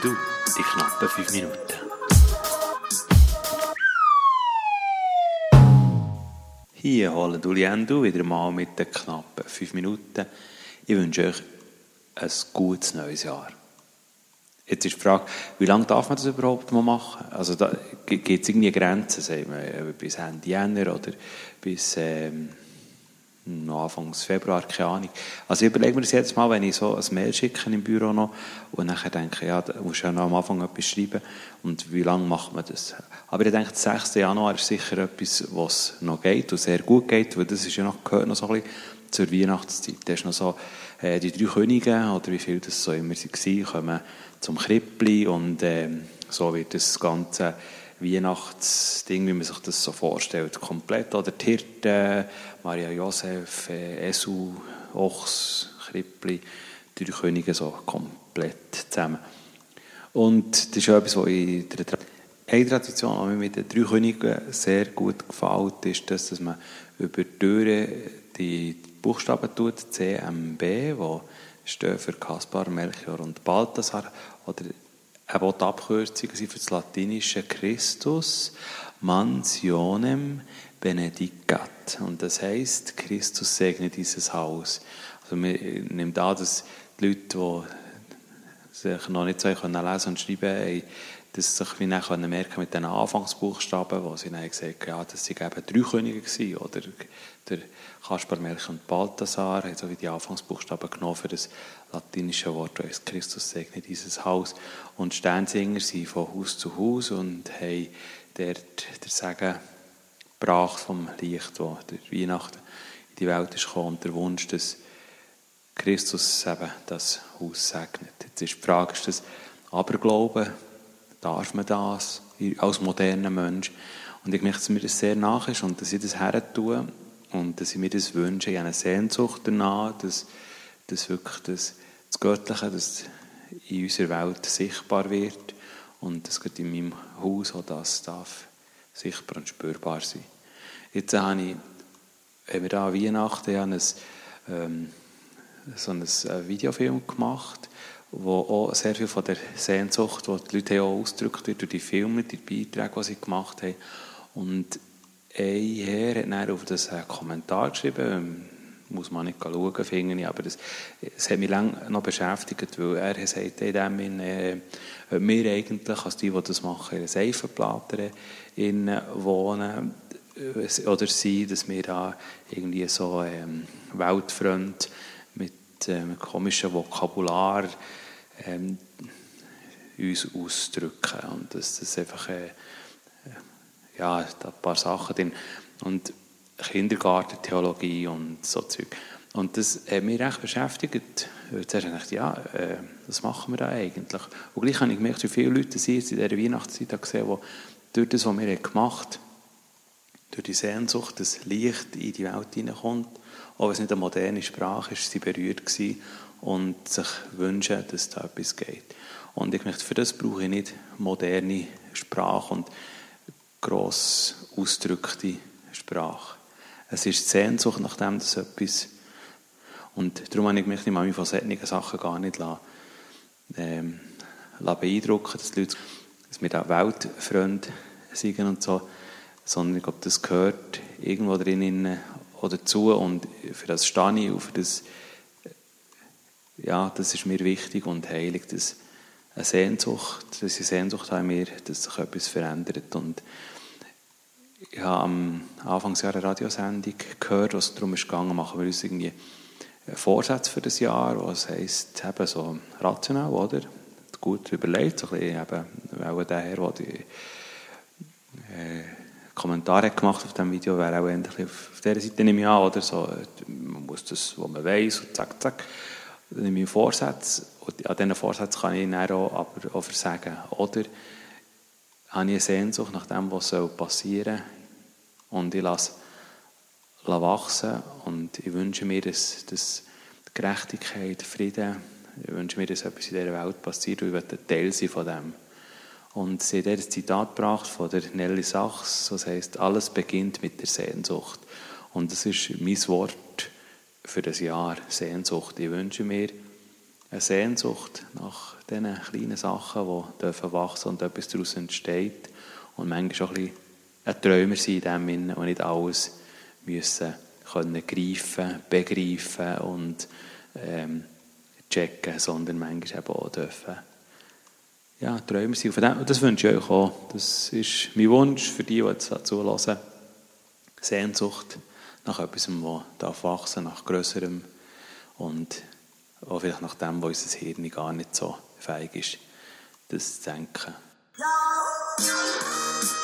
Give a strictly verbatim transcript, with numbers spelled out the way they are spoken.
Du, die knappen fünf Minuten. Hier holen Uli Endo wieder mal mit den knappen fünf Minuten. Ich wünsche euch ein gutes neues Jahr. Jetzt ist die Frage, wie lange darf man das überhaupt mal machen? Also da gibt es irgendwie Grenzen, sagen wir, bis Ende Jänner oder bis ähm, Anfang Februar, keine Ahnung. Also ich überlege mir das jetzt mal, wenn ich so ein Mail schicke im Büro noch und nachher denke, ja, da musst du ja noch am Anfang etwas schreiben und wie lange macht man das? Aber ich denke, der sechste Januar ist sicher etwas, was noch geht und sehr gut geht, weil das ist ja noch, gehört noch so ein bisschen zur Weihnachtszeit. Da ist noch so, äh, die drei Könige, oder wie viel das so immer waren, kommen zum Krippli und äh, so wird das ganze Weihnachtsding, wie man sich das so vorstellt, komplett. Oder die Hirten, Maria Josef, äh, Esu, Ochs, Krippli, die drei Könige so komplett zusammen. Und das ist ja etwas, was in der Tra- eine Tradition, die mir mit den drei Königen sehr gut gefällt, ist das, dass man über die Türen die Buchstaben tut, C M B, die stehen für Kaspar, Melchior und Balthasar, oder eben auch die Abkürzungen sind für das latinische Christus, mansionem benedicat. Und das heisst, Christus segne dieses Haus. Also man nimmt an, dass die Leute, die sich noch nicht so lesen und schreiben können, dass sich wie dann merken mit den Anfangsbuchstaben, wo sie dann gesagt haben, ja, das waren eben drei Könige gewesen, oder der Kaspar, Melchior und Balthasar haben so wie die Anfangsbuchstaben genommen für das latinische Wort, das heißt Christus segne dieses Haus. Und Sternsinger sind von Haus zu Haus und haben dort der Segen gebracht vom Licht, das durch Weihnachten in die Welt ist gekommen, und der Wunsch, dass Christus eben das Haus segnet. Jetzt ist die Frage, ist das Aberglauben? Darf man das als moderner Mensch? Und ich möchte, dass mir das sehr nach ist und dass ich das her tue und dass ich mir das wünsche. Ich habe eine Sehnsucht danach, dass, dass wirklich das, das Göttliche das in unserer Welt sichtbar wird und dass gerade in meinem Haus auch das darf sichtbar und spürbar sein. Jetzt habe ich, haben wir da an Weihnachten ich habe ein, ähm, so einen Videofilm gemacht, wo auch sehr viel von der Sehnsucht, die die Leute auch ausgedrückt wird durch die Filme, die Beiträge, die sie gemacht haben. Und ein Herr hat dann auf das einen Kommentar geschrieben, muss man nicht schauen, finde ich, aber das, das hat mich lange noch beschäftigt, weil er sagt in dem Sinne, äh, wir eigentlich, als die, die das machen, in einer Seifenplatte wohnen äh, oder sind, dass wir da irgendwie so ähm, weltfremd mit ähm, komischem Vokabular ähm, uns ausdrücken und dass das einfach äh, ja, da ein paar Sachen drin und Kindergarten, Theologie und so Zeug. Und das hat mich recht beschäftigt. Zuerst habe ich gedacht, ja, äh, was machen wir da eigentlich? Und gleich habe ich gemerkt, wie viele Leute sie in dieser Weihnachtszeit gesehen haben, die durch das, was wir gemacht haben, durch die Sehnsucht, das Licht in die Welt hineinkommt, auch wenn es nicht eine moderne Sprache ist, sie berührt gewesen und sich wünschen, dass da etwas geht. Und ich möchte, für das brauche ich nicht moderne Sprache und gross ausgedrückte Sprache. Es ist die Sehnsucht nach dem, dass etwas, und darum habe ich mich nicht von solchen Sachen gar nicht lassen, ähm, lassen beeindrucken, dass die Leute, dass wir da weltfreund sind und so, sondern ich glaube, das gehört irgendwo drinnen oder dazu und für das stehe ich und für das, ja, das ist mir wichtig und heilig, dass eine Sehnsucht, dass ich Sehnsucht habe in mir, dass sich etwas verändert. Und ich habe am Anfangsjahr eine Radiosendung gehört, wo es darum ging, machen wir uns irgendwie einen Vorsatz für das Jahr, was heisst, eben so rational, oder? Gut überlegt, so ein bisschen eben, auch der Herr, der die äh, Kommentare gemacht auf diesem Video, wäre auch endlich auf dieser Seite, nehme ich an, oder so, man muss das, was man weiss, und zack, zack. Dann nehme ich einen Vorsatz, und an diesen Vorsatz kann ich dann auch, aber auch versagen. Oder habe ich eine Sehnsucht nach dem, was passieren soll, und ich lasse wachsen und ich wünsche mir, dass, dass die Gerechtigkeit, Frieden, ich wünsche mir, dass etwas in dieser Welt passiert und ich möchte ein Teil sein von dem. Und sie hat ein Zitat gebracht von der Nelly Sachs, das heisst, alles beginnt mit der Sehnsucht. Und das ist mein Wort für das Jahr, Sehnsucht. Ich wünsche mir eine Sehnsucht nach diesen kleinen Sachen, die dürfen wachsen und etwas daraus entsteht. Und manchmal auch ein bisschen ein Träumer sein in dem Sinne und nicht alles müssen können greifen, begreifen und ähm, checken, sondern manchmal eben auch dürfen ja, Träumer sein. Und das wünsche ich euch auch. Das ist mein Wunsch für die, die jetzt zuhören. Sehnsucht nach etwas, das wachsen darf, nach Grösserem und auch vielleicht nach dem, wo unser Hirn gar nicht so fähig ist, das zu denken.